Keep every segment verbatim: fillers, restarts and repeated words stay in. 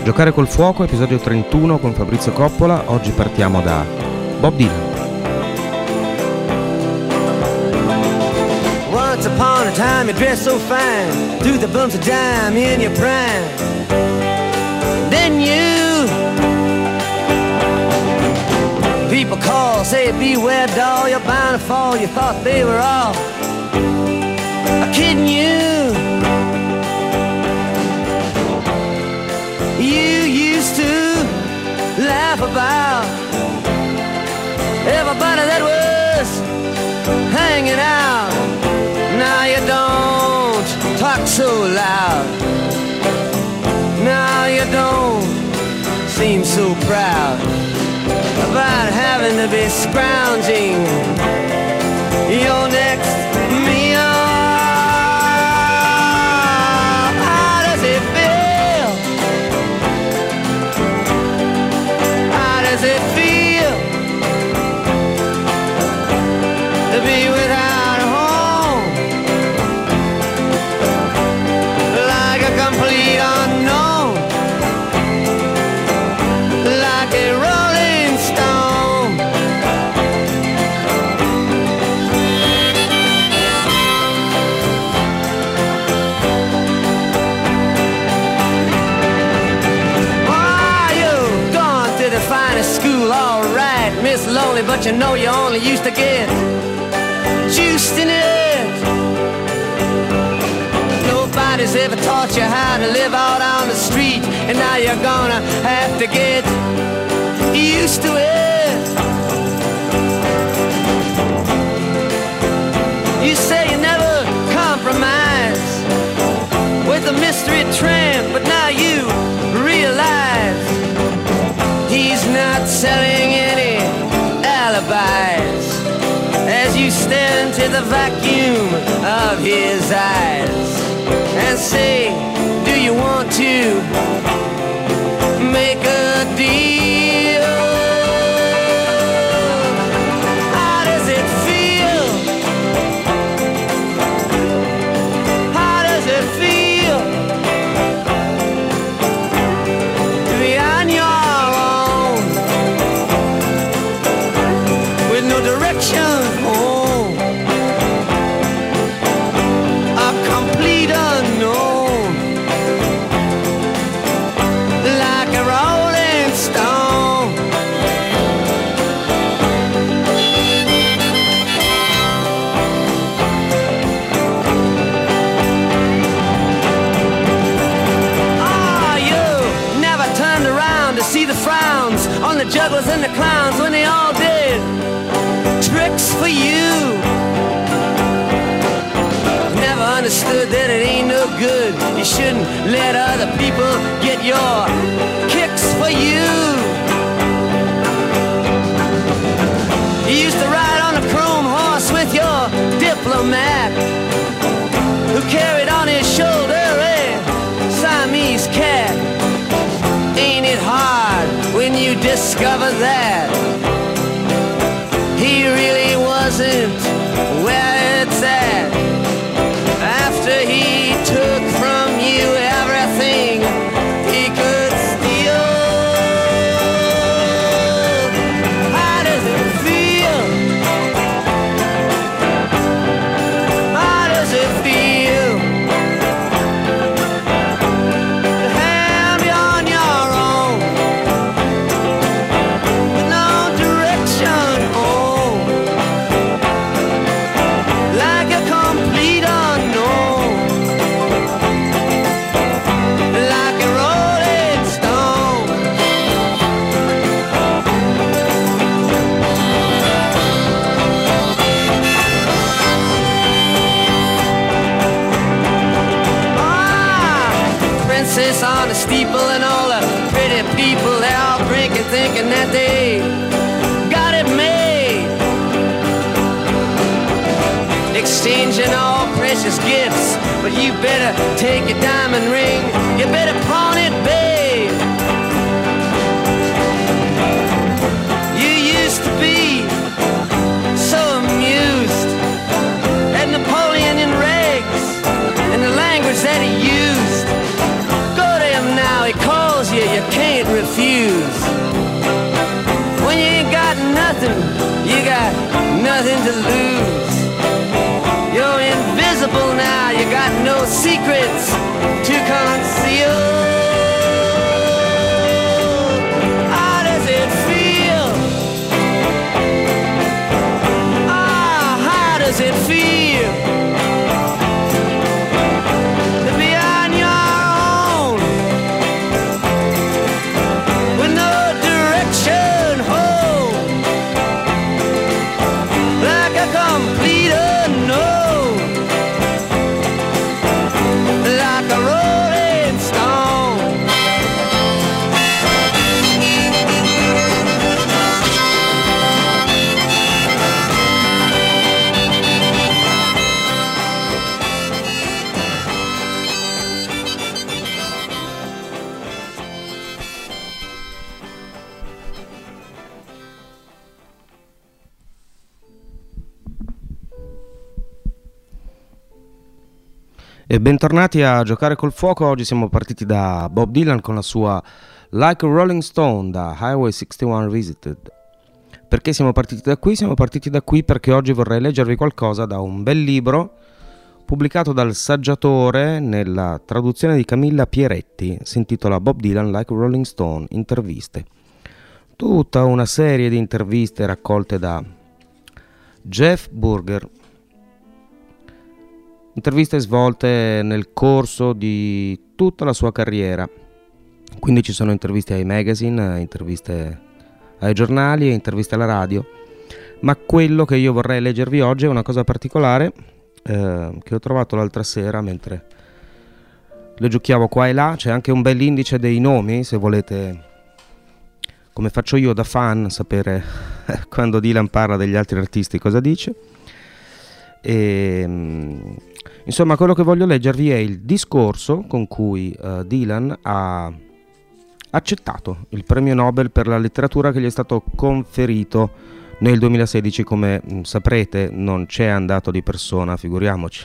Giocare col fuoco, episodio trentuno con Fabrizio Coppola. Oggi partiamo da Bob Dylan. Once upon a time you dressed so fine, threw the bumps of dime in your prime. Then you, people call, say beware doll, you're bound to fall. You thought they were all kidding you. You used to laugh about everybody that was hanging out. Now you don't talk so loud. Now you don't seem so proud about having to be scrounging your next meal. How does it feel? How does it feel to be without a home, like a complete unknown, like a rolling stone? Oh, you've gone to the finest school, all right, Miss Lonely, but you know you only used to get juiced in it. Nobody's ever taught you how to live out on the street, and now you're gonna have to get used to it. You say you never compromise with a mystery tramp, but now you realize he's not selling any alibis as you stare into the vacuum of his eyes and say, do you want to make a deal? How does it feel? How does it feel to be on your own with no direction home, a complete unknown, like a rolling stone? Ah, you never turned around to see the frowns on the jugglers and the clowns when they all did tricks for you. Never understood that it ain't no good. You shouldn't let other people get your kicks for you. You used to ride on a chrome horse with your diplomat, who carried on his shoulder a Siamese cat. Ain't it hard when you discover that he really wasn't where it's at, after he took from you everything he could steal? How does it feel? How does it feel to have you on your own with no direction home, like a complete unknown, like a rolling stone? Ah, princess on the steeple and all the pretty people, they're all drinking, thinking that they got it made, exchanging all precious gifts. But you better take your diamond ring, you better pawn it, babe. You used to be so amused at Napoleon in rags and the language that he used. Go to him now, he calls you, you confused. When you ain't got nothing, you got nothing to lose. You're invisible now, you got no secrets to conceal. How does it feel? Ah, how does it feel to be on your own with no direction home, like a complete unknown, like a rolling stone? E bentornati a Giocare col Fuoco. Oggi siamo partiti da Bob Dylan con la sua Like a Rolling Stone da Highway sessantuno Revisited. Perché siamo partiti da qui? Siamo partiti da qui perché oggi vorrei leggervi qualcosa da un bel libro pubblicato dal Saggiatore nella traduzione di Camilla Pieretti. Si intitola Bob Dylan Like a Rolling Stone, interviste. Tutta una serie di interviste raccolte da Jeff Burger. Interviste svolte nel corso di tutta la sua carriera, quindi ci sono interviste ai magazine, interviste ai giornali e interviste alla radio, ma quello che io vorrei leggervi oggi è una cosa particolare eh, che ho trovato l'altra sera mentre le giochiavo qua e là. C'è anche un bell'indice dei nomi, se volete, come faccio io da fan, sapere quando Dylan parla degli altri artisti cosa dice. E insomma, quello che voglio leggervi è il discorso con cui uh, Dylan ha accettato il premio Nobel per la letteratura che gli è stato conferito nel duemilasedici. Come mh, saprete, non c'è andato di persona, figuriamoci.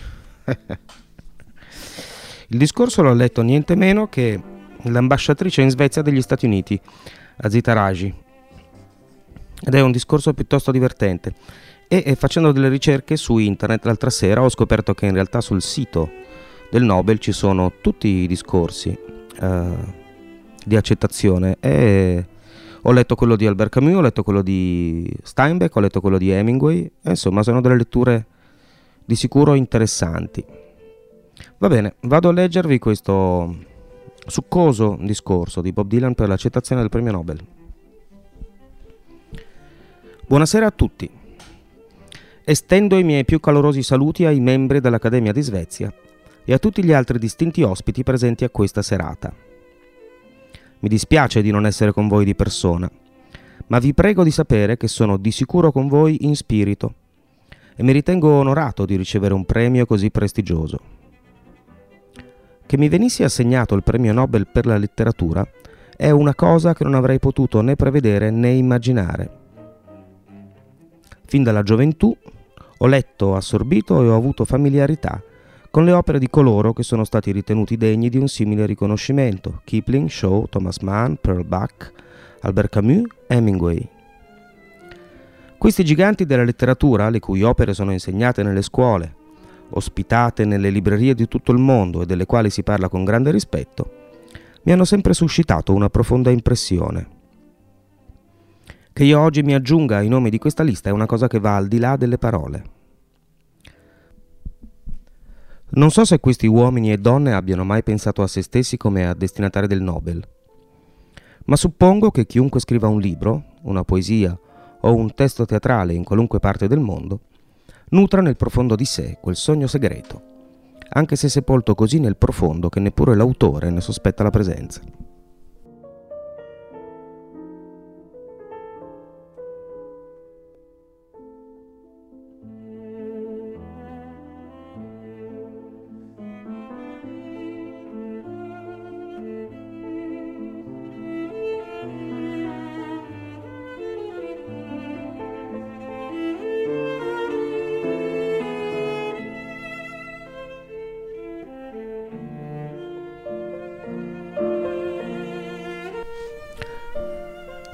Il discorso l'ho letto niente meno che l'ambasciatrice in Svezia degli Stati Uniti, Azita Raji, ed è un discorso piuttosto divertente. E, e facendo delle ricerche su internet l'altra sera ho scoperto che in realtà sul sito del Nobel ci sono tutti i discorsi uh, di accettazione, e ho letto quello di Albert Camus, ho letto quello di Steinbeck, ho letto quello di Hemingway, e insomma sono delle letture di sicuro interessanti. Va bene, vado a leggervi questo succoso discorso di Bob Dylan per l'accettazione del premio Nobel. Buonasera a tutti. Estendo i miei più calorosi saluti ai membri dell'Accademia di Svezia e a tutti gli altri distinti ospiti presenti a questa serata. Mi dispiace di non essere con voi di persona, ma vi prego di sapere che sono di sicuro con voi in spirito e mi ritengo onorato di ricevere un premio così prestigioso. Che mi venisse assegnato il premio Nobel per la letteratura è una cosa che non avrei potuto né prevedere né immaginare. Fin dalla gioventù ho letto, assorbito e ho avuto familiarità con le opere di coloro che sono stati ritenuti degni di un simile riconoscimento: Kipling, Shaw, Thomas Mann, Pearl Buck, Albert Camus, Hemingway. Questi giganti della letteratura, le cui opere sono insegnate nelle scuole, ospitate nelle librerie di tutto il mondo e delle quali si parla con grande rispetto, mi hanno sempre suscitato una profonda impressione. Che io oggi mi aggiunga ai nomi di questa lista è una cosa che va al di là delle parole. Non so se questi uomini e donne abbiano mai pensato a se stessi come a destinatari del Nobel, ma suppongo che chiunque scriva un libro, una poesia o un testo teatrale in qualunque parte del mondo nutra nel profondo di sé quel sogno segreto, anche se sepolto così nel profondo che neppure l'autore ne sospetta la presenza.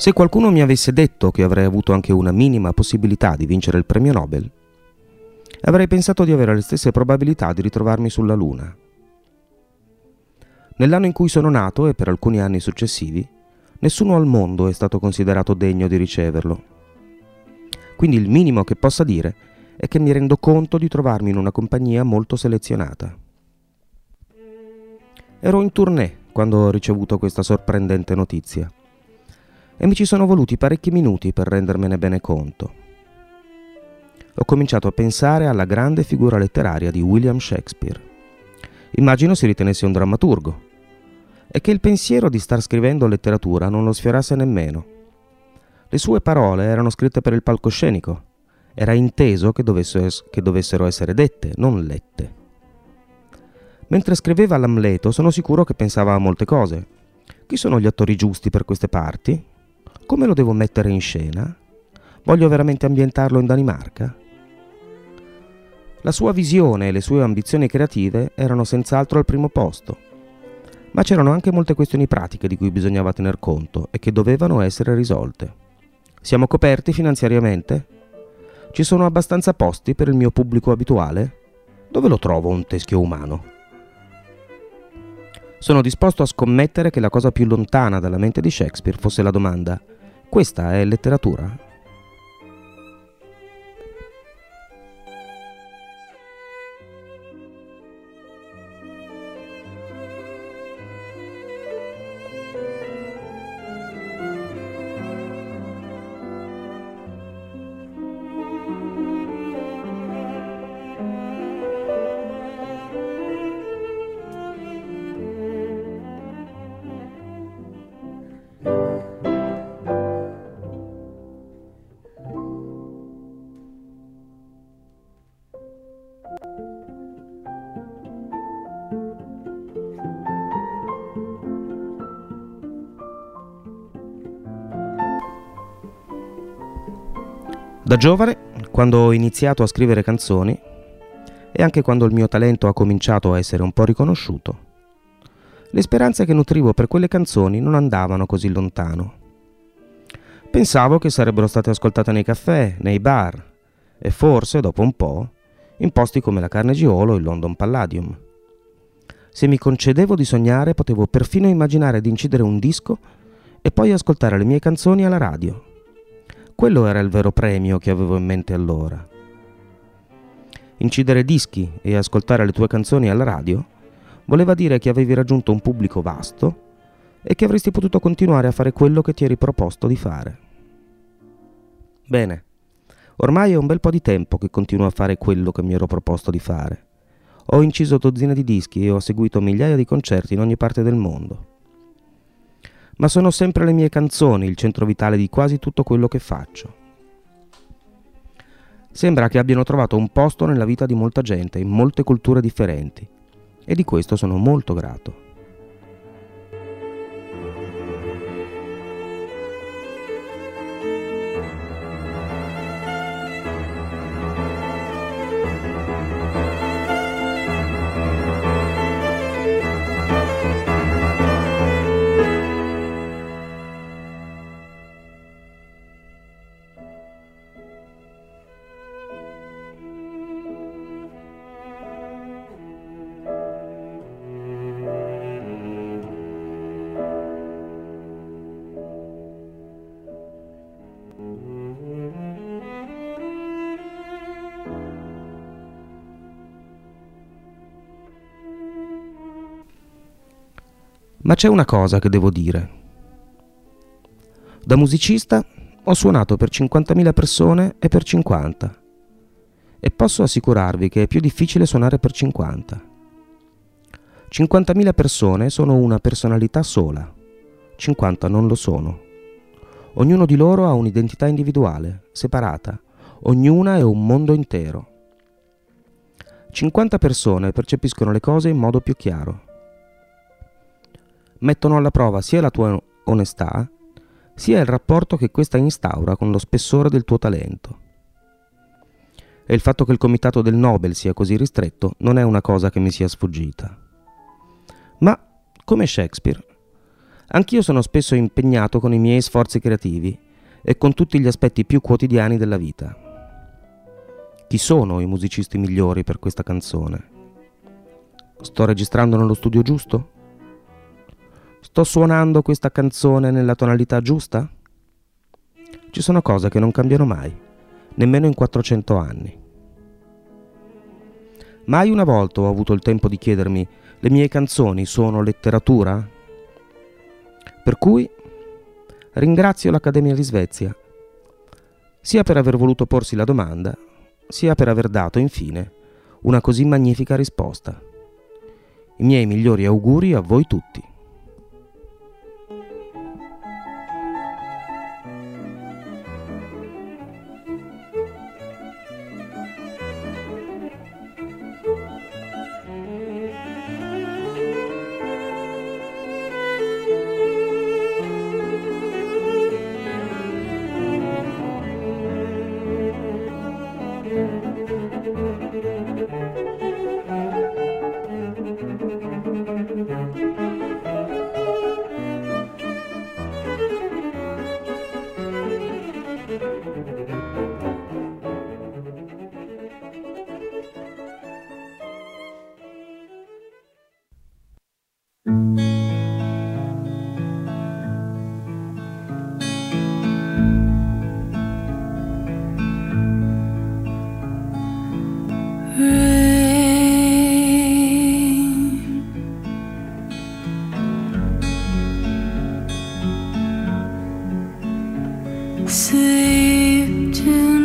Se qualcuno mi avesse detto che avrei avuto anche una minima possibilità di vincere il premio Nobel, avrei pensato di avere le stesse probabilità di ritrovarmi sulla Luna. Nell'anno in cui sono nato e per alcuni anni successivi, nessuno al mondo è stato considerato degno di riceverlo. Quindi il minimo che possa dire è che mi rendo conto di trovarmi in una compagnia molto selezionata. Ero in tournée quando ho ricevuto questa sorprendente notizia e mi ci sono voluti parecchi minuti per rendermene bene conto. Ho cominciato a pensare alla grande figura letteraria di William Shakespeare. Immagino si ritenesse un drammaturgo e che il pensiero di star scrivendo letteratura non lo sfiorasse nemmeno. Le sue parole erano scritte per il palcoscenico. Era inteso che dovessero, che dovessero essere dette, non lette. Mentre scriveva l'Amleto sono sicuro che pensava a molte cose. Chi sono gli attori giusti per queste parti? Come lo devo mettere in scena? Voglio veramente ambientarlo in Danimarca? La sua visione e le sue ambizioni creative erano senz'altro al primo posto, ma c'erano anche molte questioni pratiche di cui bisognava tener conto e che dovevano essere risolte. Siamo coperti finanziariamente? Ci sono abbastanza posti per il mio pubblico abituale? Dove lo trovo un teschio umano? Sono disposto a scommettere che la cosa più lontana dalla mente di Shakespeare fosse la domanda: questa è letteratura? Da giovane, quando ho iniziato a scrivere canzoni, e anche quando il mio talento ha cominciato a essere un po' riconosciuto, le speranze che nutrivo per quelle canzoni non andavano così lontano. Pensavo che sarebbero state ascoltate nei caffè, nei bar e forse, dopo un po', in posti come la Carnegie Hall o il London Palladium. Se mi concedevo di sognare, potevo perfino immaginare di incidere un disco e poi ascoltare le mie canzoni alla radio. Quello era il vero premio che avevo in mente allora. Incidere dischi e ascoltare le tue canzoni alla radio voleva dire che avevi raggiunto un pubblico vasto e che avresti potuto continuare a fare quello che ti eri proposto di fare. Bene, ormai è un bel po' di tempo che continuo a fare quello che mi ero proposto di fare. Ho inciso dozzine di dischi e ho seguito migliaia di concerti in ogni parte del mondo. Ma sono sempre le mie canzoni il centro vitale di quasi tutto quello che faccio. Sembra che abbiano trovato un posto nella vita di molta gente, in molte culture differenti, e di questo sono molto grato. Ma c'è una cosa che devo dire. Da musicista ho suonato per cinquantamila persone e per cinquanta. E posso assicurarvi che è più difficile suonare per cinquanta. cinquantamila persone sono una personalità sola, cinquanta non lo sono. Ognuno di loro ha un'identità individuale, separata, ognuna è un mondo intero. cinquanta persone percepiscono le cose in modo più chiaro. Mettono alla prova sia la tua onestà, sia il rapporto che questa instaura con lo spessore del tuo talento. E il fatto che il comitato del Nobel sia così ristretto non è una cosa che mi sia sfuggita. Ma, come Shakespeare, Anch'io sono spesso impegnato con i miei sforzi creativi e con tutti gli aspetti più quotidiani della vita. Chi sono i musicisti migliori per questa canzone? Sto registrando nello studio giusto? Sto suonando questa canzone nella tonalità giusta? Ci sono cose che non cambiano mai, nemmeno in quattrocento anni. Mai una volta ho avuto il tempo di chiedermi: le mie canzoni sono letteratura? Per cui ringrazio l'Accademia di Svezia, sia per aver voluto porsi la domanda, sia per aver dato, infine, una così magnifica risposta. I miei migliori auguri a voi tutti. Sleep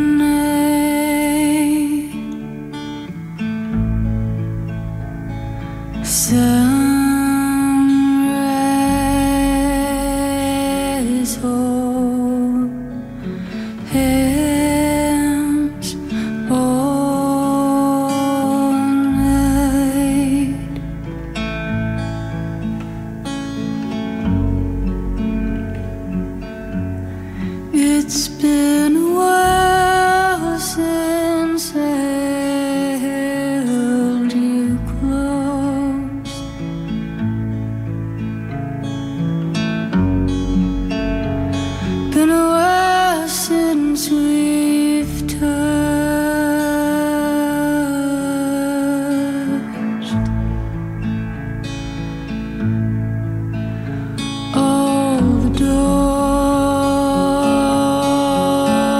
tonight, sunrise, hold hands all night. It's been a while since I held you close. Been a while since we've touched. All the doors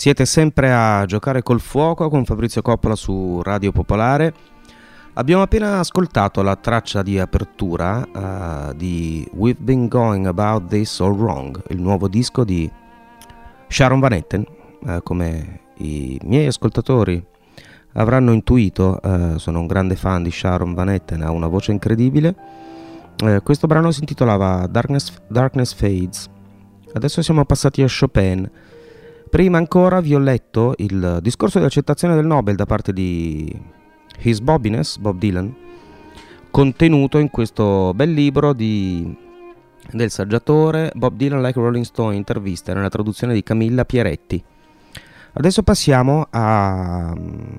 Siete sempre a Giocare col fuoco con Fabrizio Coppola su Radio Popolare. Abbiamo appena ascoltato la traccia di apertura uh, di We've Been Going About This All Wrong, il nuovo disco di Sharon Van Etten. Uh, come i miei ascoltatori avranno intuito, uh, sono un grande fan di Sharon Van Etten, ha una voce incredibile. Uh, questo brano si intitolava Darkness, Darkness Fades. Adesso siamo passati a Chopin. Prima ancora vi ho letto il discorso di accettazione del Nobel da parte di His Bobbiness, Bob Dylan, contenuto in questo bel libro di, del saggiatore Bob Dylan Like Rolling Stone, interviste, nella traduzione di Camilla Pieretti. Adesso passiamo a,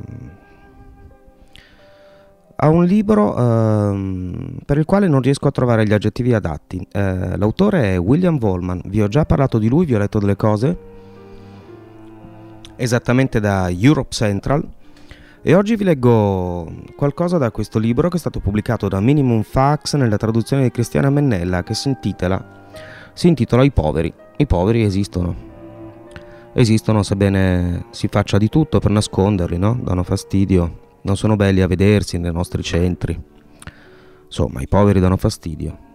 a un libro um, per il quale non riesco a trovare gli aggettivi adatti. Uh, l'autore è William Wallman, vi ho già parlato di lui, vi ho letto delle cose esattamente da Europe Central, e oggi vi leggo qualcosa da questo libro che è stato pubblicato da Minimum Fax nella traduzione di Cristiana Mennella, che si intitola, si intitola I poveri. I poveri esistono. Esistono sebbene si faccia di tutto per nasconderli, no? Danno fastidio, non sono belli a vedersi nei nostri centri. Insomma, i poveri danno fastidio.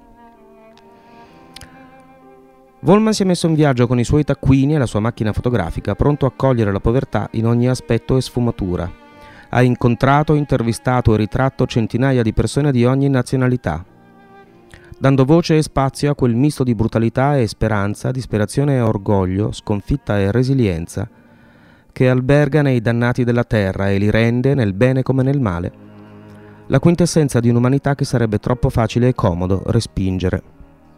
Wallman si è messo in viaggio con i suoi taccuini e la sua macchina fotografica, pronto a cogliere la povertà in ogni aspetto e sfumatura. Ha incontrato, intervistato e ritratto centinaia di persone di ogni nazionalità, dando voce e spazio a quel misto di brutalità e speranza, disperazione e orgoglio, sconfitta e resilienza, che alberga nei dannati della terra e li rende, nel bene come nel male, la quintessenza di un'umanità che sarebbe troppo facile e comodo respingere.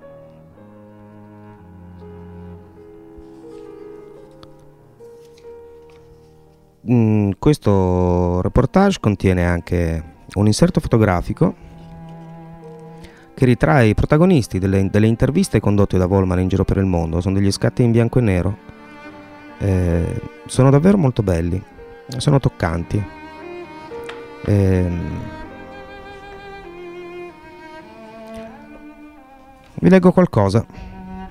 Mm, questo reportage contiene anche un inserto fotografico che ritrae i protagonisti delle, delle interviste condotte da Wallman in giro per il mondo. Sono degli scatti in bianco e nero, eh, sono davvero molto belli, sono toccanti. eh, vi leggo qualcosa.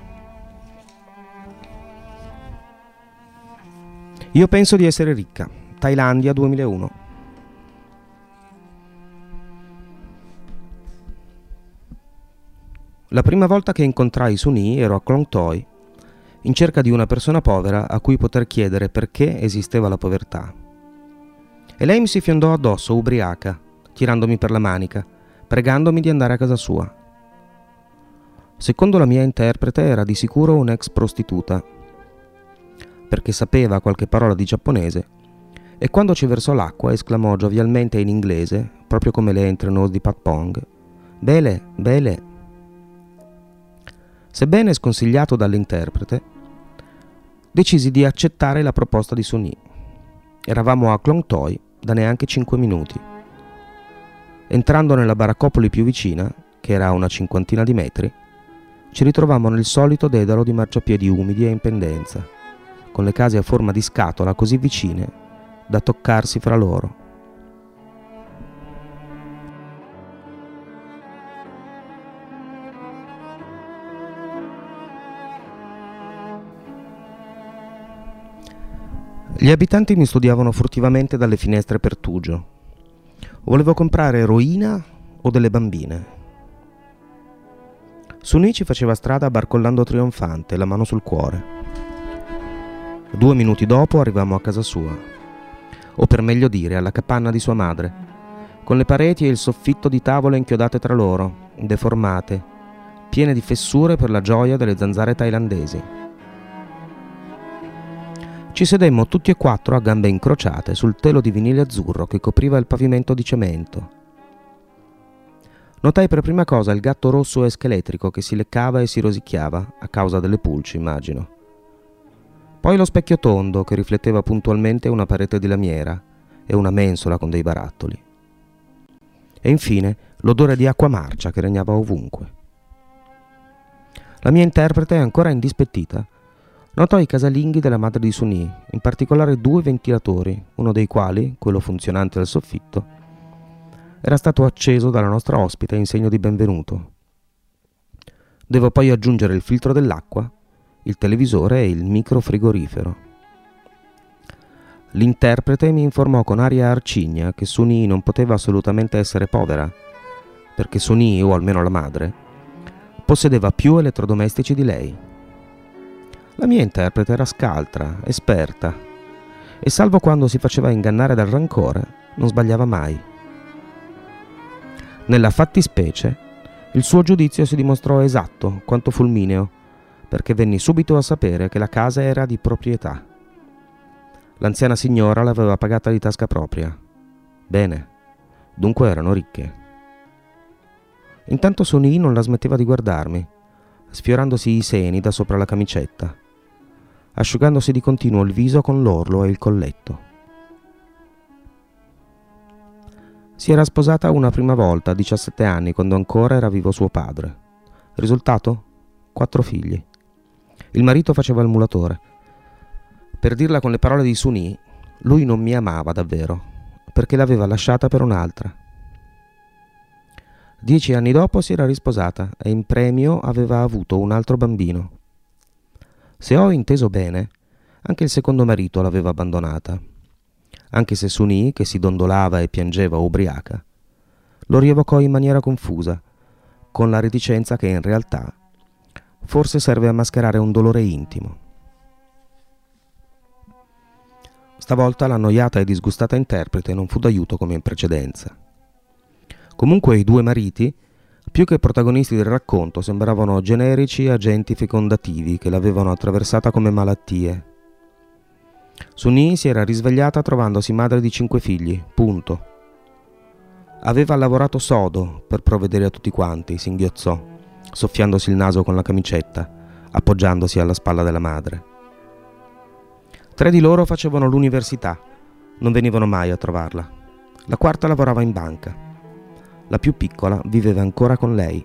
Io penso di essere ricca. Thailandia duemilauno. La prima volta che incontrai Suni ero a Klong Toi, in cerca di una persona povera a cui poter chiedere perché esisteva la povertà. E lei mi si fiondò addosso, ubriaca, tirandomi per la manica, pregandomi di andare a casa sua. Secondo la mia interprete era di sicuro un'ex prostituta, perché sapeva qualche parola di giapponese, e quando ci versò l'acqua esclamò giovialmente in inglese, proprio come le entre-nous di Pat Pong: "Bele, bele". Sebbene sconsigliato dall'interprete, decisi di accettare la proposta di Suni. Eravamo a Klong Toi da neanche cinque minuti. Entrando nella baraccopoli più vicina, che era a una cinquantina di metri, ci ritrovammo nel solito dedalo di marciapiedi umidi e in pendenza, con le case a forma di scatola così vicine da toccarsi fra loro. Gli abitanti mi studiavano furtivamente dalle finestre per tugio. Volevo comprare eroina o delle bambine. Suni ci faceva strada barcollando trionfante, la mano sul cuore. Due minuti dopo arrivammo a casa sua, o per meglio dire alla capanna di sua madre, con le pareti e il soffitto di tavole inchiodate tra loro, deformate, piene di fessure per la gioia delle zanzare thailandesi. Ci sedemmo tutti e quattro a gambe incrociate sul telo di vinile azzurro che copriva il pavimento di cemento. Notai per prima cosa il gatto rosso e scheletrico che si leccava e si rosicchiava, a causa delle pulci, immagino. Poi lo specchio tondo che rifletteva puntualmente una parete di lamiera e una mensola con dei barattoli. E infine l'odore di acqua marcia che regnava ovunque. La mia interprete, ancora indispettita, notò i casalinghi della madre di Suni, in particolare due ventilatori, uno dei quali, quello funzionante al soffitto, era stato acceso dalla nostra ospite in segno di benvenuto. Devo poi aggiungere il filtro dell'acqua, il televisore e il microfrigorifero. L'interprete mi informò con aria arcigna che Sunì non poteva assolutamente essere povera, perché Sunì, o almeno la madre, possedeva più elettrodomestici di lei. La mia interprete era scaltra, esperta, e salvo quando si faceva ingannare dal rancore, non sbagliava mai. Nella fattispecie, il suo giudizio si dimostrò esatto quanto fulmineo, perché venni subito a sapere che la casa era di proprietà. L'anziana signora l'aveva pagata di tasca propria. Bene, dunque erano ricche. Intanto Sunì non la smetteva di guardarmi, sfiorandosi i seni da sopra la camicetta, asciugandosi di continuo il viso con l'orlo e il colletto. Si era sposata una prima volta a diciassette anni, quando ancora era vivo suo padre. Risultato? Quattro figli. Il marito faceva il mulatore. Per dirla con le parole di Sunì, lui non mi amava davvero, perché l'aveva lasciata per un'altra. Dieci anni dopo si era risposata e in premio aveva avuto un altro bambino. Se ho inteso bene, anche il secondo marito l'aveva abbandonata, anche se Sunì, che si dondolava e piangeva ubriaca, lo rievocò in maniera confusa, con la reticenza che in realtà forse serve a mascherare un dolore intimo. Stavolta l'annoiata e disgustata interprete non fu d'aiuto come in precedenza. Comunque i due mariti, più che protagonisti del racconto, sembravano generici agenti fecondativi che l'avevano attraversata come malattie. Sunì si era risvegliata trovandosi madre di cinque figli, punto. Aveva lavorato sodo per provvedere a tutti quanti, singhiozzò, soffiandosi il naso con la camicetta, appoggiandosi alla spalla della madre. Tre di loro facevano l'università, non venivano mai a trovarla. La quarta lavorava in banca. La più piccola viveva ancora con lei.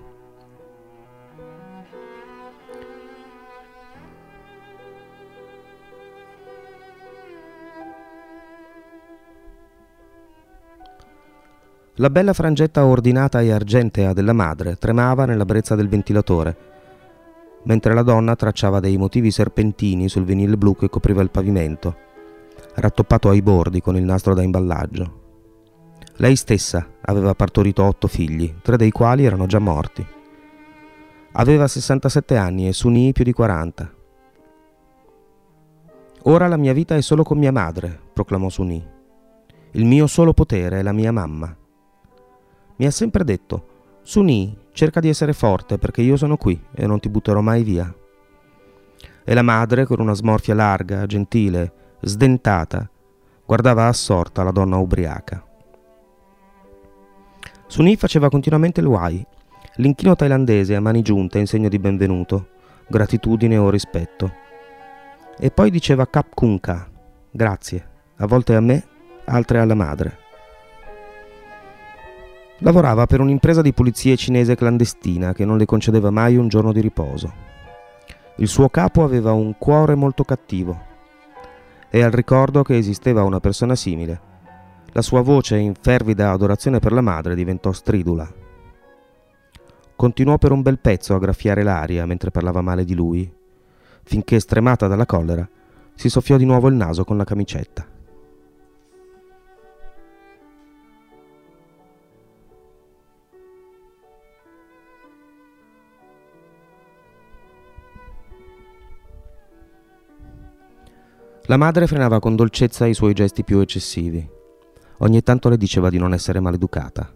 La bella frangetta ordinata e argentea della madre tremava nella brezza del ventilatore, mentre la donna tracciava dei motivi serpentini sul vinile blu che copriva il pavimento, rattoppato ai bordi con il nastro da imballaggio. Lei stessa aveva partorito otto figli, tre dei quali erano già morti. Aveva sessantasette anni e Sunì più di quaranta. «Ora la mia vita è solo con mia madre», proclamò Sunì. «Il mio solo potere è la mia mamma. Mi ha sempre detto: Sunì, cerca di essere forte perché io sono qui e non ti butterò mai via». E la madre, con una smorfia larga, gentile, sdentata, guardava assorta la donna ubriaca. Sunì faceva continuamente il wai, l'inchino thailandese a mani giunte in segno di benvenuto, gratitudine o rispetto. E poi diceva Kap Kun Ka, grazie, a volte a me, altre alla madre. Lavorava per un'impresa di pulizia cinese clandestina che non le concedeva mai un giorno di riposo. Il suo capo aveva un cuore molto cattivo e al ricordo che esisteva una persona simile, la sua voce in fervida adorazione per la madre diventò stridula. Continuò per un bel pezzo a graffiare l'aria mentre parlava male di lui, finché, stremata dalla collera, si soffiò di nuovo il naso con la camicetta. La madre frenava con dolcezza i suoi gesti più eccessivi. Ogni tanto le diceva di non essere maleducata.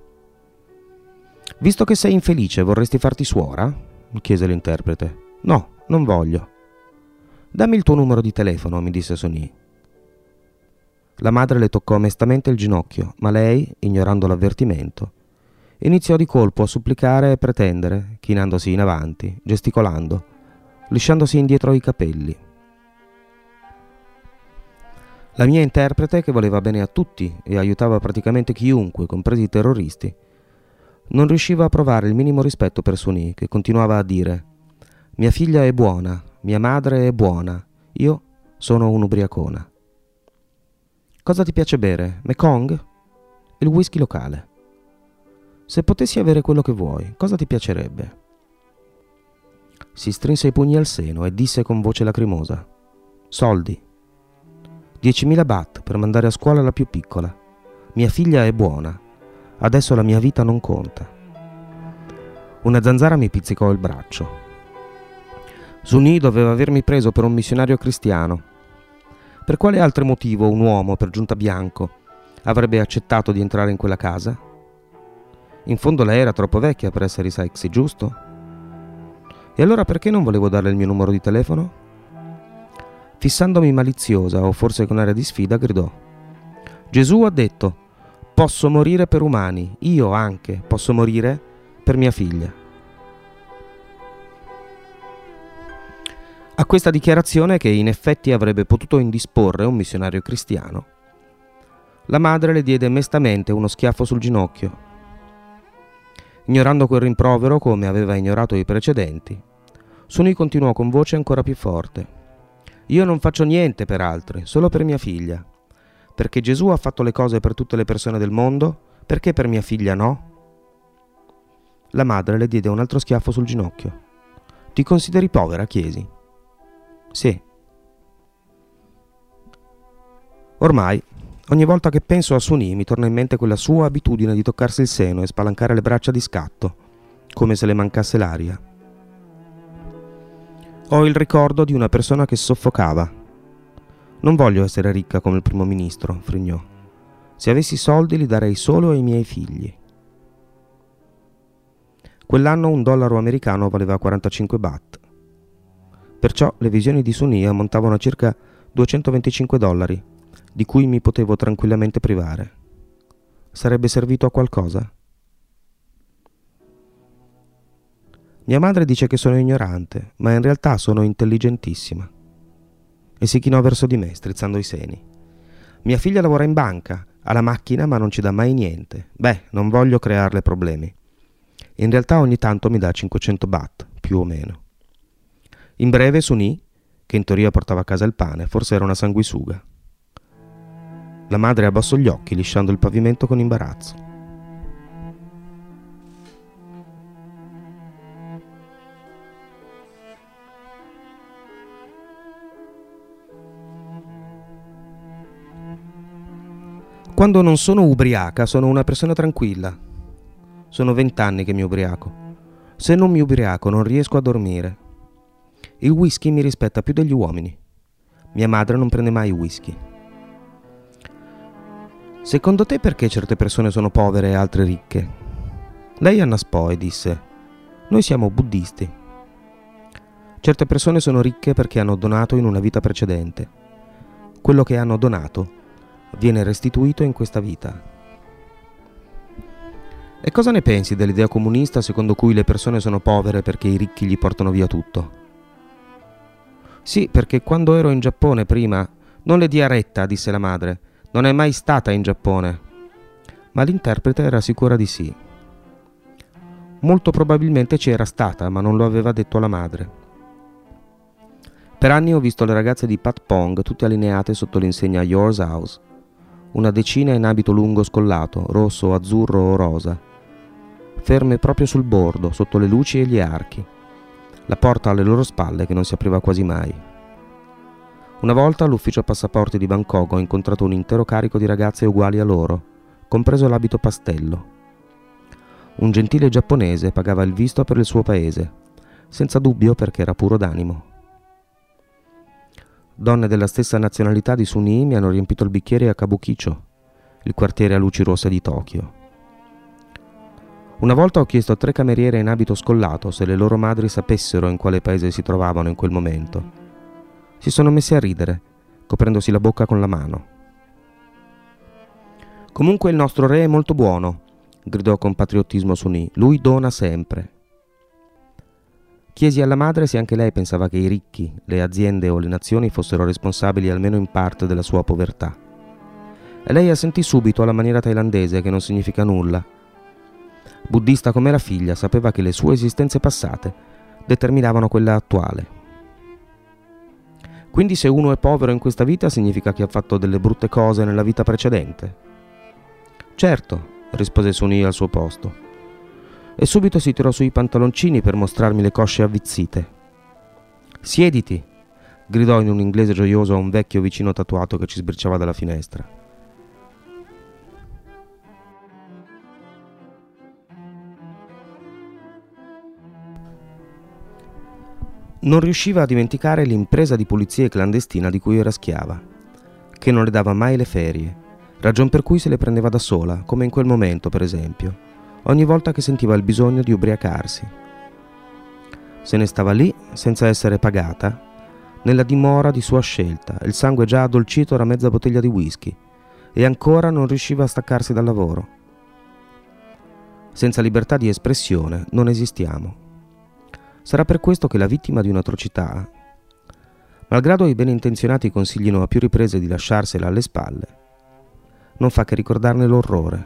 «Visto che sei infelice, vorresti farti suora?» chiese l'interprete. «No, non voglio». «Dammi il tuo numero di telefono», mi disse Sunì. La madre le toccò mestamente il ginocchio, ma lei, ignorando l'avvertimento, iniziò di colpo a supplicare e pretendere, chinandosi in avanti, gesticolando, lisciandosi indietro i capelli. La mia interprete, che voleva bene a tutti e aiutava praticamente chiunque, compresi i terroristi, non riusciva a provare il minimo rispetto per Sunì, che continuava a dire: «Mia figlia è buona, mia madre è buona, io sono un'ubriacona». «Cosa ti piace bere? Mekong?» «Il whisky locale». «Se potessi avere quello che vuoi, cosa ti piacerebbe?» Si strinse i pugni al seno e disse con voce lacrimosa: «Soldi». diecimila baht per mandare a scuola la più piccola. Mia figlia è buona. Adesso la mia vita non conta. Una zanzara mi pizzicò il braccio. Suni doveva avermi preso per un missionario cristiano. Per quale altro motivo un uomo, per giunta bianco, avrebbe accettato di entrare in quella casa? In fondo lei era troppo vecchia per essere sexy, giusto? E allora perché non volevo darle il mio numero di telefono? Fissandomi maliziosa, o forse con aria di sfida, gridò: Gesù ha detto: posso morire per umani, io anche posso morire per mia figlia. A questa dichiarazione, che in effetti avrebbe potuto indisporre un missionario cristiano, la madre le diede mestamente uno schiaffo sul ginocchio. Ignorando quel rimprovero come aveva ignorato i precedenti, Suni continuò con voce ancora più forte: io non faccio niente per altri, solo per mia figlia. Perché Gesù ha fatto le cose per tutte le persone del mondo, perché per mia figlia no? La madre le diede un altro schiaffo sul ginocchio. Ti consideri povera? Chiesi. Sì. Ormai, ogni volta che penso a Suni mi torna in mente quella sua abitudine di toccarsi il seno e spalancare le braccia di scatto, come se le mancasse l'aria. Ho il ricordo di una persona che soffocava. Non voglio essere ricca come il primo ministro, frignò. Se avessi soldi li darei solo ai miei figli. Quell'anno un dollaro americano valeva quarantacinque baht. Perciò le visioni di Suni ammontavano a circa duecentoventicinque dollari, di cui mi potevo tranquillamente privare. Sarebbe servito a qualcosa? Mia madre dice che sono ignorante, ma in realtà sono intelligentissima. E si chinò verso di me, strizzando i seni. Mia figlia lavora in banca, ha la macchina ma non ci dà mai niente. Beh, non voglio crearle problemi. In realtà ogni tanto mi dà cinquecento baht, più o meno. In breve Suni, che in teoria portava a casa il pane, forse era una sanguisuga. La madre abbassò gli occhi, lisciando il pavimento con imbarazzo. Quando non sono ubriaca, sono una persona tranquilla. Sono vent'anni che mi ubriaco. Se non mi ubriaco, non riesco a dormire. Il whisky mi rispetta più degli uomini. Mia madre non prende mai whisky. Secondo te perché certe persone sono povere e altre ricche? Lei annaspò e disse: noi siamo buddisti. Certe persone sono ricche perché hanno donato in una vita precedente. Quello che hanno donato viene restituito in questa vita. E cosa ne pensi dell'idea comunista secondo cui le persone sono povere perché i ricchi gli portano via tutto? Sì, perché quando ero in Giappone prima... Non le dia retta, disse la madre. Non è mai stata in Giappone. Ma l'interprete era sicura di sì. Molto probabilmente ci era stata, ma non lo aveva detto alla madre. Per anni ho visto le ragazze di Pat Pong tutte allineate sotto l'insegna Yours House. Una decina in abito lungo scollato, rosso, azzurro o rosa. Ferme proprio sul bordo, sotto le luci e gli archi. La porta alle loro spalle che non si apriva quasi mai. Una volta all'ufficio passaporti di Bangkok ho incontrato un intero carico di ragazze uguali a loro, compreso l'abito pastello. Un gentile giapponese pagava il visto per il suo paese, senza dubbio perché era puro d'animo. Donne della stessa nazionalità di Suni mi hanno riempito il bicchiere a Kabukicho, il quartiere a luci rosse di Tokyo. Una volta ho chiesto a tre cameriere in abito scollato se le loro madri sapessero in quale paese si trovavano in quel momento. Si sono messi a ridere, coprendosi la bocca con la mano. Comunque il nostro re è molto buono, gridò con patriottismo Suni. Lui dona sempre. Chiesi alla madre se anche lei pensava che i ricchi, le aziende o le nazioni fossero responsabili almeno in parte della sua povertà. E lei assentì subito alla maniera thailandese, che non significa nulla. Buddista come la figlia, sapeva che le sue esistenze passate determinavano quella attuale. Quindi se uno è povero in questa vita significa che ha fatto delle brutte cose nella vita precedente? Certo, rispose Suni al suo posto. E subito si tirò sui pantaloncini per mostrarmi le cosce avvizzite. Siediti, gridò in un inglese gioioso a un vecchio vicino tatuato che ci sbirciava dalla finestra. Non riusciva a dimenticare l'impresa di pulizia clandestina di cui era schiava, che non le dava mai le ferie, ragion per cui se le prendeva da sola, come in quel momento, per esempio, ogni volta che sentiva il bisogno di ubriacarsi. Se ne stava lì, senza essere pagata, nella dimora di sua scelta, il sangue già addolcito era mezza bottiglia di whisky, e ancora non riusciva a staccarsi dal lavoro. Senza libertà di espressione non esistiamo. Sarà per questo che la vittima di un'atrocità, malgrado i ben intenzionati consiglino a più riprese di lasciarsela alle spalle, non fa che ricordarne l'orrore.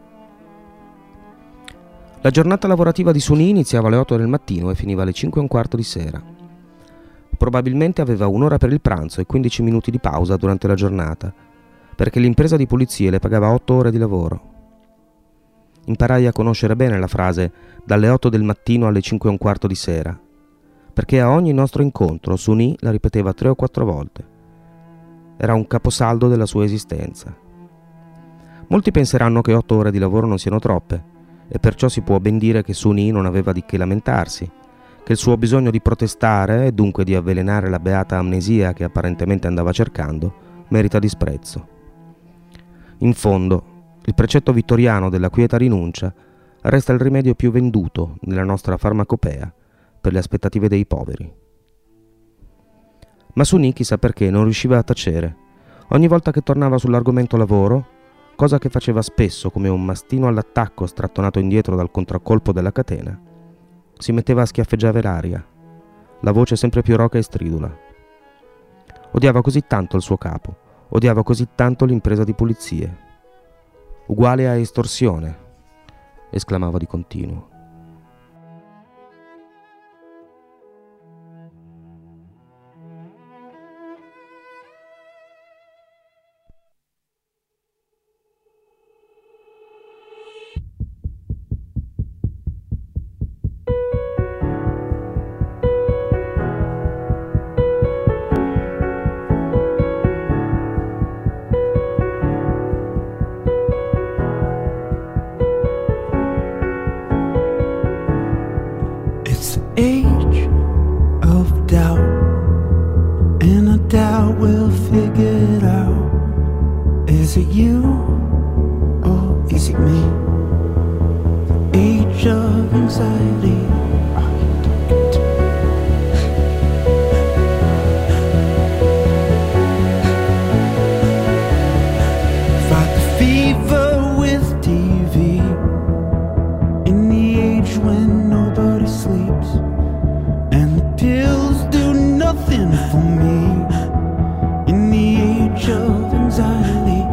La giornata lavorativa di Suni iniziava alle otto del mattino e finiva alle cinque e un quarto di sera. Probabilmente aveva un'ora per il pranzo e quindici minuti di pausa durante la giornata, perché l'impresa di pulizie le pagava otto ore di lavoro. Imparai a conoscere bene la frase dalle otto del mattino alle cinque e un quarto di sera, perché a ogni nostro incontro Suni la ripeteva tre o quattro volte. Era un caposaldo della sua esistenza. Molti penseranno che otto ore di lavoro non siano troppe, e perciò si può ben dire che Suni non aveva di che lamentarsi, che il suo bisogno di protestare e dunque di avvelenare la beata amnesia che apparentemente andava cercando merita disprezzo. In fondo, il precetto vittoriano della quieta rinuncia resta il rimedio più venduto nella nostra farmacopea per le aspettative dei poveri. Ma Suni, chissà perché, non riusciva a tacere. Ogni volta che tornava sull'argomento lavoro, cosa che faceva spesso come un mastino all'attacco strattonato indietro dal contraccolpo della catena, si metteva a schiaffeggiare l'aria, la voce sempre più roca e stridula. Odiava così tanto il suo capo, odiava così tanto l'impresa di pulizie. Uguale a estorsione, esclamava di continuo. Age of doubt, and I doubt we'll figure it out. Is it you or is it me? Age of anxiety. Fight the fever with T V in the age when nobody sleeps. Pills do nothing for me in the age of anxiety.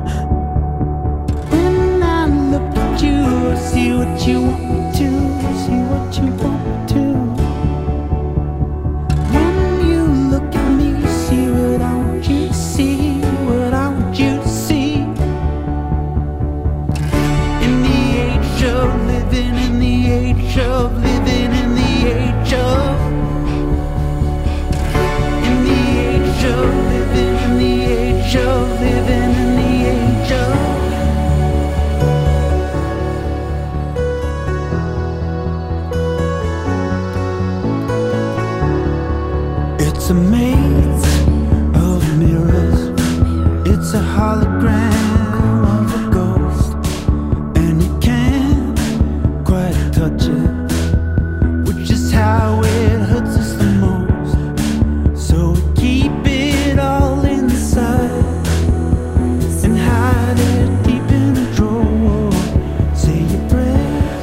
When I look at you, I see what you want to, see what you want to. When you look at me, see what I want you to see, what I want you to see. In the age of living, in the age of living, in the age of of living in the age of living in the age of it's a maze of mirrors, it's a hologram of a ghost, and you can't quite touch it, which is how it hurts us the most. So we keep it all inside and hide it deep in a drawer. Say your prayers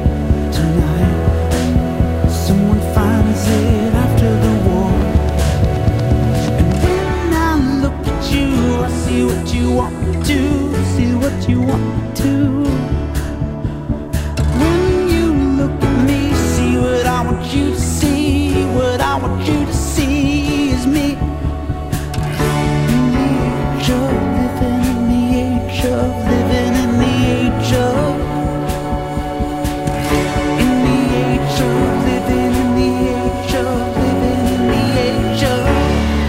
tonight, someone finds it after the war. And when I look at you, I see what you want to, see what you want to. When you look at me, see what I want you to see, what I want you to see is me. In the age of living, in the age of living, in the age of in the age of living, in the age of living, in the age of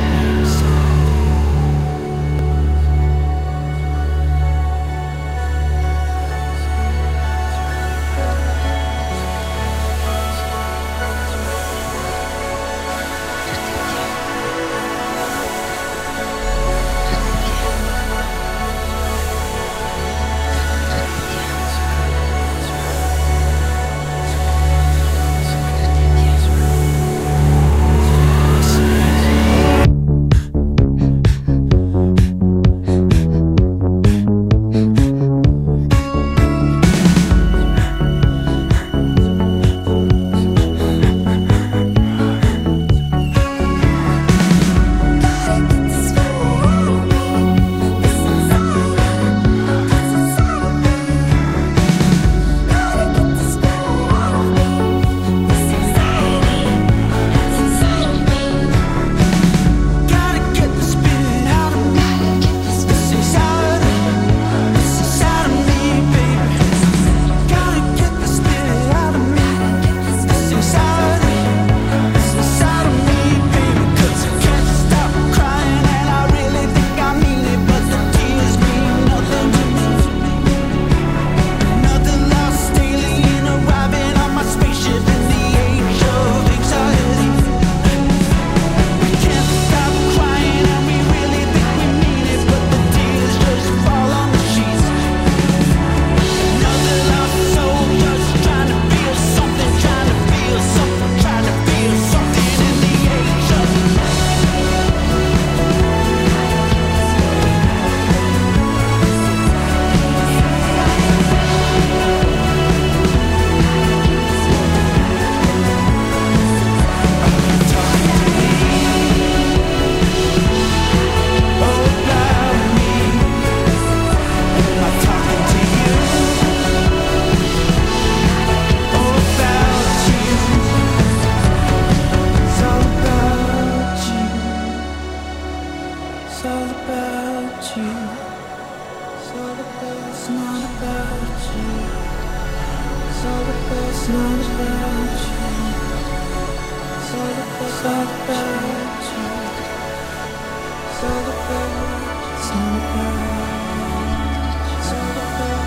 It's all about you. It's all about, it's not about you. It's all about, it's not about you. It's all about, it's all about you. It's all about, it's not about, it's all about.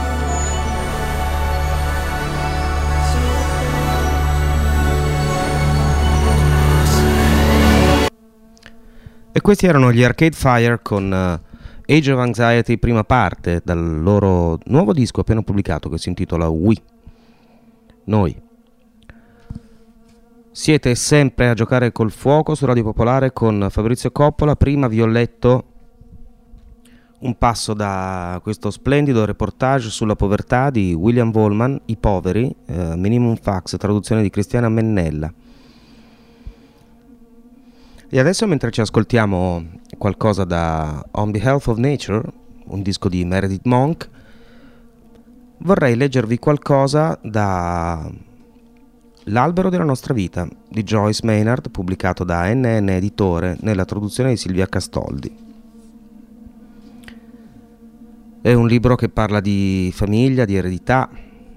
E questi erano gli Arcade Fire con uh, Age of Anxiety, prima parte, dal loro nuovo disco appena pubblicato che si intitola We. Noi. Siete sempre a giocare col fuoco su Radio Popolare con Fabrizio Coppola. Prima vi ho letto un passo da questo splendido reportage sulla povertà di William Wallman, I poveri, eh, Minimum Fax, traduzione di Cristiana Mennella. E adesso, mentre ci ascoltiamo qualcosa da On the Health of Nature, un disco di Meredith Monk, vorrei leggervi qualcosa da L'albero della nostra vita di Joyce Maynard, pubblicato da N N Editore nella traduzione di Silvia Castoldi. È un libro che parla di famiglia, di eredità,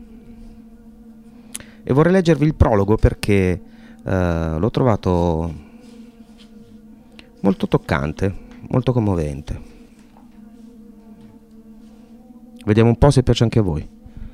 e vorrei leggervi il prologo perché eh, l'ho trovato molto toccante, molto commovente. Vediamo un po' se piace anche a voi.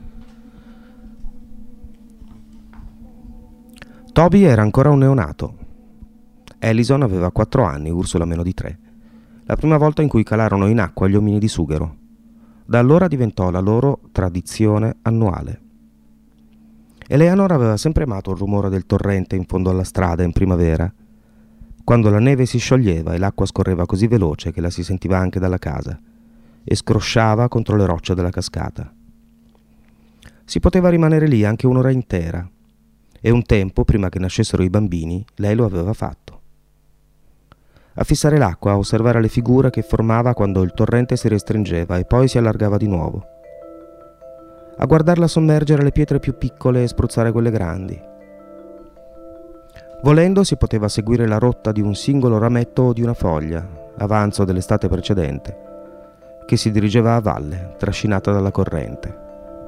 Toby era ancora un neonato. Ellison aveva quattro anni, Ursula meno di tre. La prima volta in cui calarono in acqua gli omini di sughero. Da allora diventò la loro tradizione annuale. Eleanor aveva sempre amato il rumore del torrente in fondo alla strada in primavera, quando la neve si scioglieva e l'acqua scorreva così veloce che la si sentiva anche dalla casa e scrosciava contro le rocce della cascata. Si poteva rimanere lì anche un'ora intera, e un tempo, prima che nascessero i bambini, lei lo aveva fatto. A fissare l'acqua, a osservare le figure che formava quando il torrente si restringeva e poi si allargava di nuovo, a guardarla sommergere le pietre più piccole e spruzzare quelle grandi. Volendo si poteva seguire la rotta di un singolo rametto o di una foglia, avanzo dell'estate precedente, che si dirigeva a valle, trascinata dalla corrente.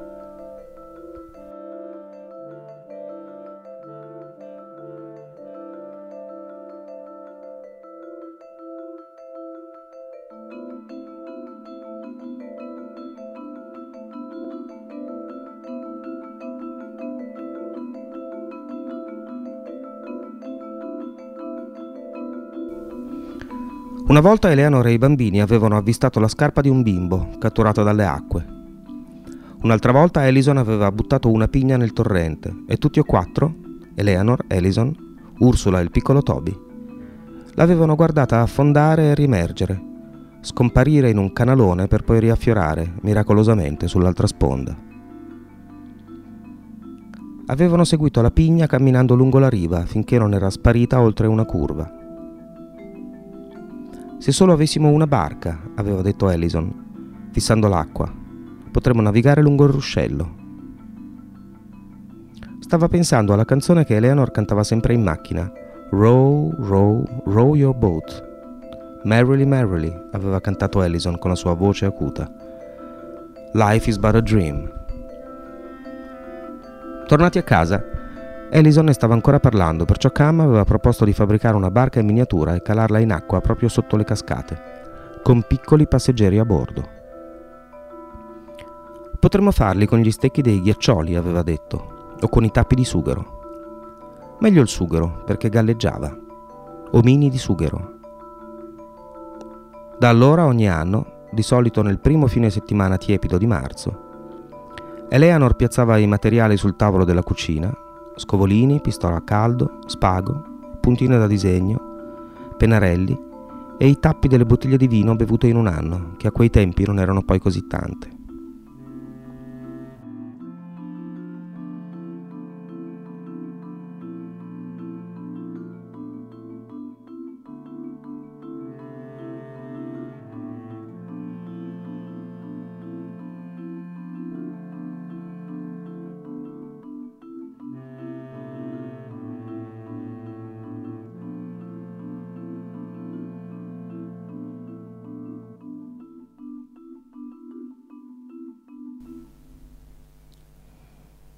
Una volta Eleanor e i bambini avevano avvistato la scarpa di un bimbo, catturata dalle acque. Un'altra volta Ellison aveva buttato una pigna nel torrente e tutti e quattro, Eleanor, Ellison, Ursula e il piccolo Toby, l'avevano guardata affondare e rimergere, scomparire in un canalone per poi riaffiorare miracolosamente sull'altra sponda. Avevano seguito la pigna camminando lungo la riva finché non era sparita oltre una curva. Se solo avessimo una barca, aveva detto Ellison, fissando l'acqua, potremmo navigare lungo il ruscello. Stava pensando alla canzone che Eleanor cantava sempre in macchina, Row, row, row your boat. Merrily, merrily, aveva cantato Ellison con la sua voce acuta. Life is but a dream. Tornati a casa, Ellison ne stava ancora parlando, perciò Cam aveva proposto di fabbricare una barca in miniatura e calarla in acqua proprio sotto le cascate, con piccoli passeggeri a bordo. Potremmo farli con gli stecchi dei ghiaccioli, aveva detto, o con i tappi di sughero. Meglio il sughero, perché galleggiava. Omini di sughero. Da allora ogni anno, di solito nel primo fine settimana tiepido di marzo, Eleanor piazzava i materiali sul tavolo della cucina, scovolini, pistola a caldo, spago, puntine da disegno, pennarelli e i tappi delle bottiglie di vino bevute in un anno, che a quei tempi non erano poi così tante.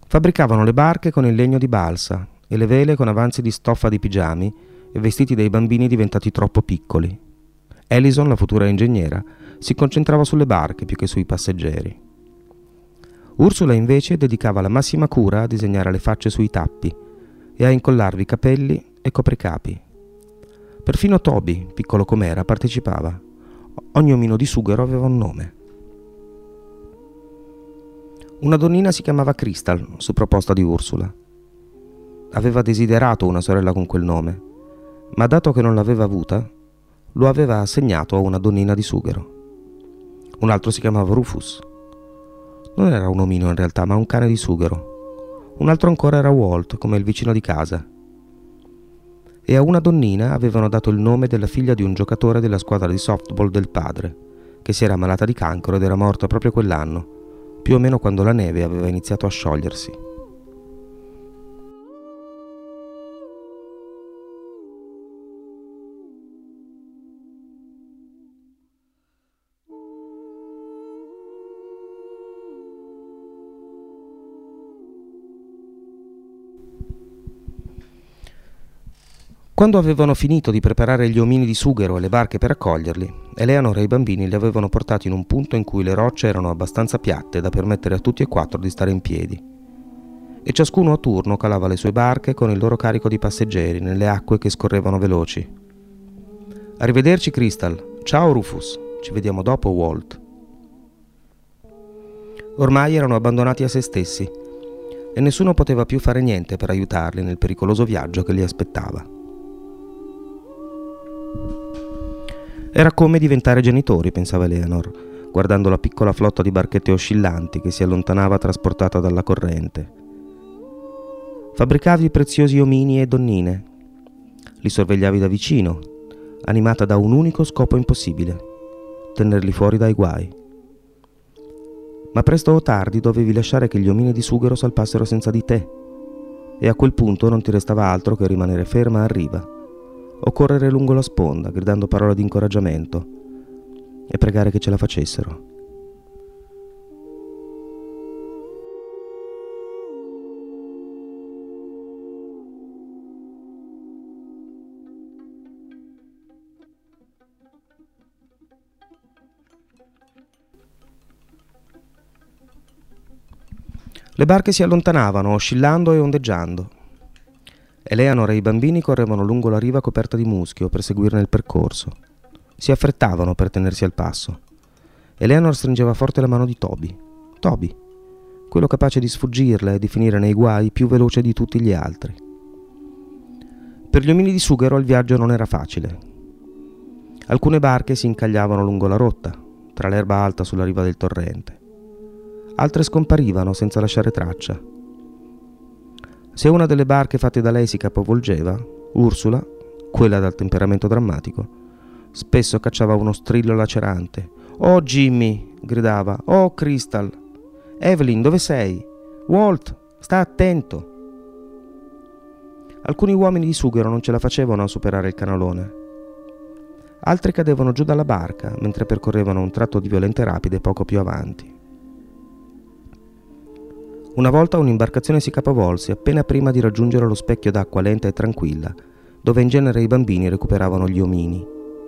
Fabbricavano le barche con il legno di balsa e le vele con avanzi di stoffa di pigiami e vestiti dei bambini diventati troppo piccoli. Allison, la futura ingegnera, si concentrava sulle barche più che sui passeggeri. Ursula invece dedicava la massima cura a disegnare le facce sui tappi e a incollarvi capelli e copricapi. Perfino Toby, piccolo com'era, partecipava. Ogni omino di sughero aveva un nome. Una donnina si chiamava Crystal, su proposta di Ursula. Aveva desiderato una sorella con quel nome, ma dato che non l'aveva avuta, lo aveva assegnato a una donnina di sughero. Un altro si chiamava Rufus. Non era un omino in realtà, ma un cane di sughero. Un altro ancora era Walt, come il vicino di casa. E a una donnina avevano dato il nome della figlia di un giocatore della squadra di softball del padre, che si era ammalata di cancro ed era morta proprio quell'anno, più o meno quando la neve aveva iniziato a sciogliersi. Quando avevano finito di preparare gli omini di sughero e le barche per accoglierli, Eleanor e i bambini li avevano portati in un punto in cui le rocce erano abbastanza piatte da permettere a tutti e quattro di stare in piedi. E ciascuno a turno calava le sue barche con il loro carico di passeggeri nelle acque che scorrevano veloci. Arrivederci, Crystal. Ciao, Rufus. Ci vediamo dopo, Walt. Ormai erano abbandonati a se stessi e nessuno poteva più fare niente per aiutarli nel pericoloso viaggio che li aspettava. Era come diventare genitori, pensava Eleanor, guardando la piccola flotta di barchette oscillanti che si allontanava trasportata dalla corrente. Fabbricavi preziosi omini e donnine. Li sorvegliavi da vicino, animata da un unico scopo impossibile: tenerli fuori dai guai. Ma presto o tardi dovevi lasciare che gli omini di sughero salpassero senza di te, e a quel punto non ti restava altro che rimanere ferma a riva o correre lungo la sponda gridando parole di incoraggiamento e pregare che ce la facessero. Le barche si allontanavano, oscillando e ondeggiando. Eleanor e i bambini correvano lungo la riva coperta di muschio per seguirne il percorso. Si affrettavano per tenersi al passo. Eleanor stringeva forte la mano di Toby. Toby, quello capace di sfuggirle e di finire nei guai più veloce di tutti gli altri. Per gli omini di sughero il viaggio non era facile. Alcune barche si incagliavano lungo la rotta, tra l'erba alta sulla riva del torrente. Altre scomparivano senza lasciare traccia. Se una delle barche fatte da lei si capovolgeva, Ursula, quella dal temperamento drammatico, spesso cacciava uno strillo lacerante. «Oh, Jimmy!» gridava. «Oh, Crystal! Evelyn, dove sei? Walt, sta attento!» Alcuni uomini di sughero non ce la facevano a superare il canalone. Altri cadevano giù dalla barca mentre percorrevano un tratto di violente rapide poco più avanti. Una volta un'imbarcazione si capovolse appena prima di raggiungere lo specchio d'acqua lenta e tranquilla, dove in genere i bambini recuperavano gli omini.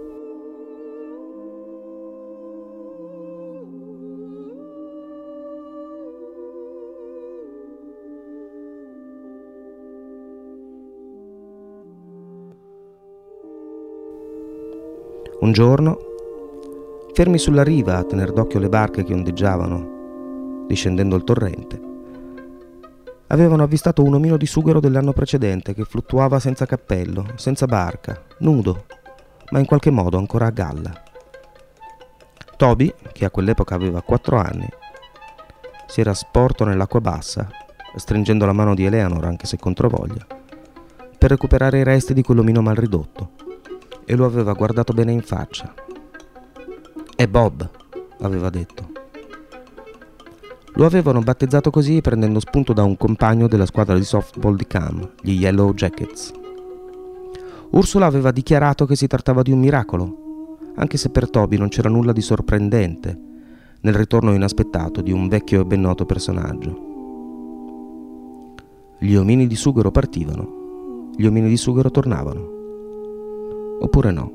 Un giorno, fermi sulla riva a tener d'occhio le barche che ondeggiavano, discendendo il torrente, avevano avvistato un omino di sughero dell'anno precedente che fluttuava senza cappello, senza barca, nudo, ma in qualche modo ancora a galla. Toby, che a quell'epoca aveva quattro anni, si era sporto nell'acqua bassa, stringendo la mano di Eleanor, anche se controvoglia, per recuperare i resti di quell'omino mal ridotto, e lo aveva guardato bene in faccia. «È Bob», aveva detto. Lo avevano battezzato così prendendo spunto da un compagno della squadra di softball di Cam, gli Yellow Jackets. Ursula aveva dichiarato che si trattava di un miracolo, anche se per Toby non c'era nulla di sorprendente nel ritorno inaspettato di un vecchio e ben noto personaggio. gli omini di sughero partivano, gli omini di sughero tornavano. Oppure no?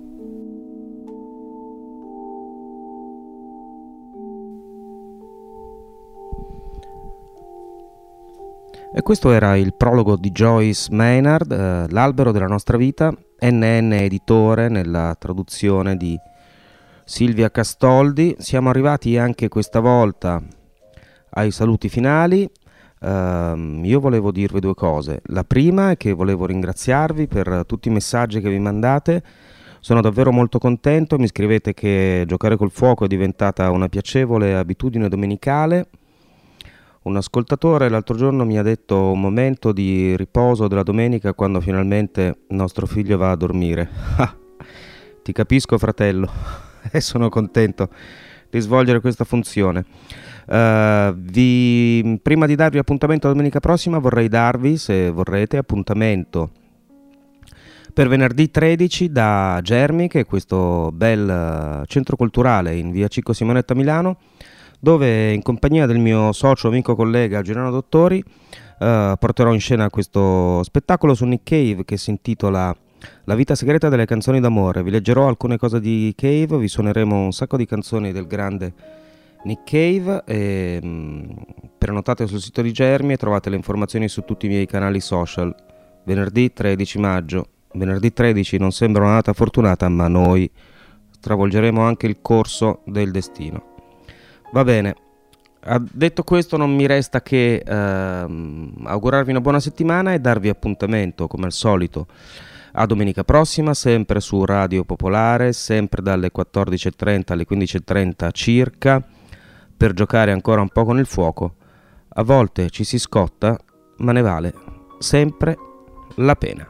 E questo era il prologo di Joyce Maynard, eh, L'albero della nostra vita, N N editore nella traduzione di Silvia Castoldi. Siamo arrivati anche questa volta ai saluti finali. Uh, io volevo dirvi due cose. La prima è che volevo ringraziarvi per tutti i messaggi che vi mandate. Sono davvero molto contento. Mi scrivete che giocare col fuoco è diventata una piacevole abitudine domenicale. Un ascoltatore l'altro giorno mi ha detto un momento di riposo della domenica quando finalmente nostro figlio va a dormire. Ah, ti capisco, fratello, e sono contento di svolgere questa funzione. Uh, vi, prima di darvi appuntamento la domenica prossima, vorrei darvi, se vorrete, appuntamento per venerdì tredici da Germi, che è questo bel centro culturale in via Cicco Simonetta a Milano, dove in compagnia del mio socio, amico, collega Giuliano Dottori uh, porterò in scena questo spettacolo su Nick Cave che si intitola La vita segreta delle canzoni d'amore. Vi leggerò alcune cose di Cave, vi suoneremo un sacco di canzoni del grande Nick Cave e mh, prenotate sul sito di Germi e trovate le informazioni su tutti i miei canali social. Venerdì tredici maggio. Venerdì tredici non sembra una data fortunata, ma noi stravolgeremo anche il corso del destino. Va bene, detto questo non mi resta che ehm, augurarvi una buona settimana e darvi appuntamento come al solito a domenica prossima, sempre su Radio Popolare, sempre dalle quattordici e trenta alle quindici e trenta circa, per giocare ancora un po' con il fuoco. A volte ci si scotta, ma ne vale sempre la pena.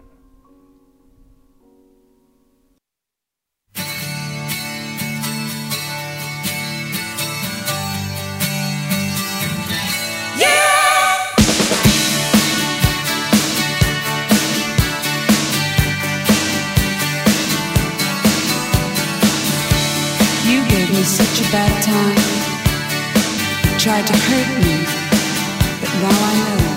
Such a bad time, tried to hurt me, but now I know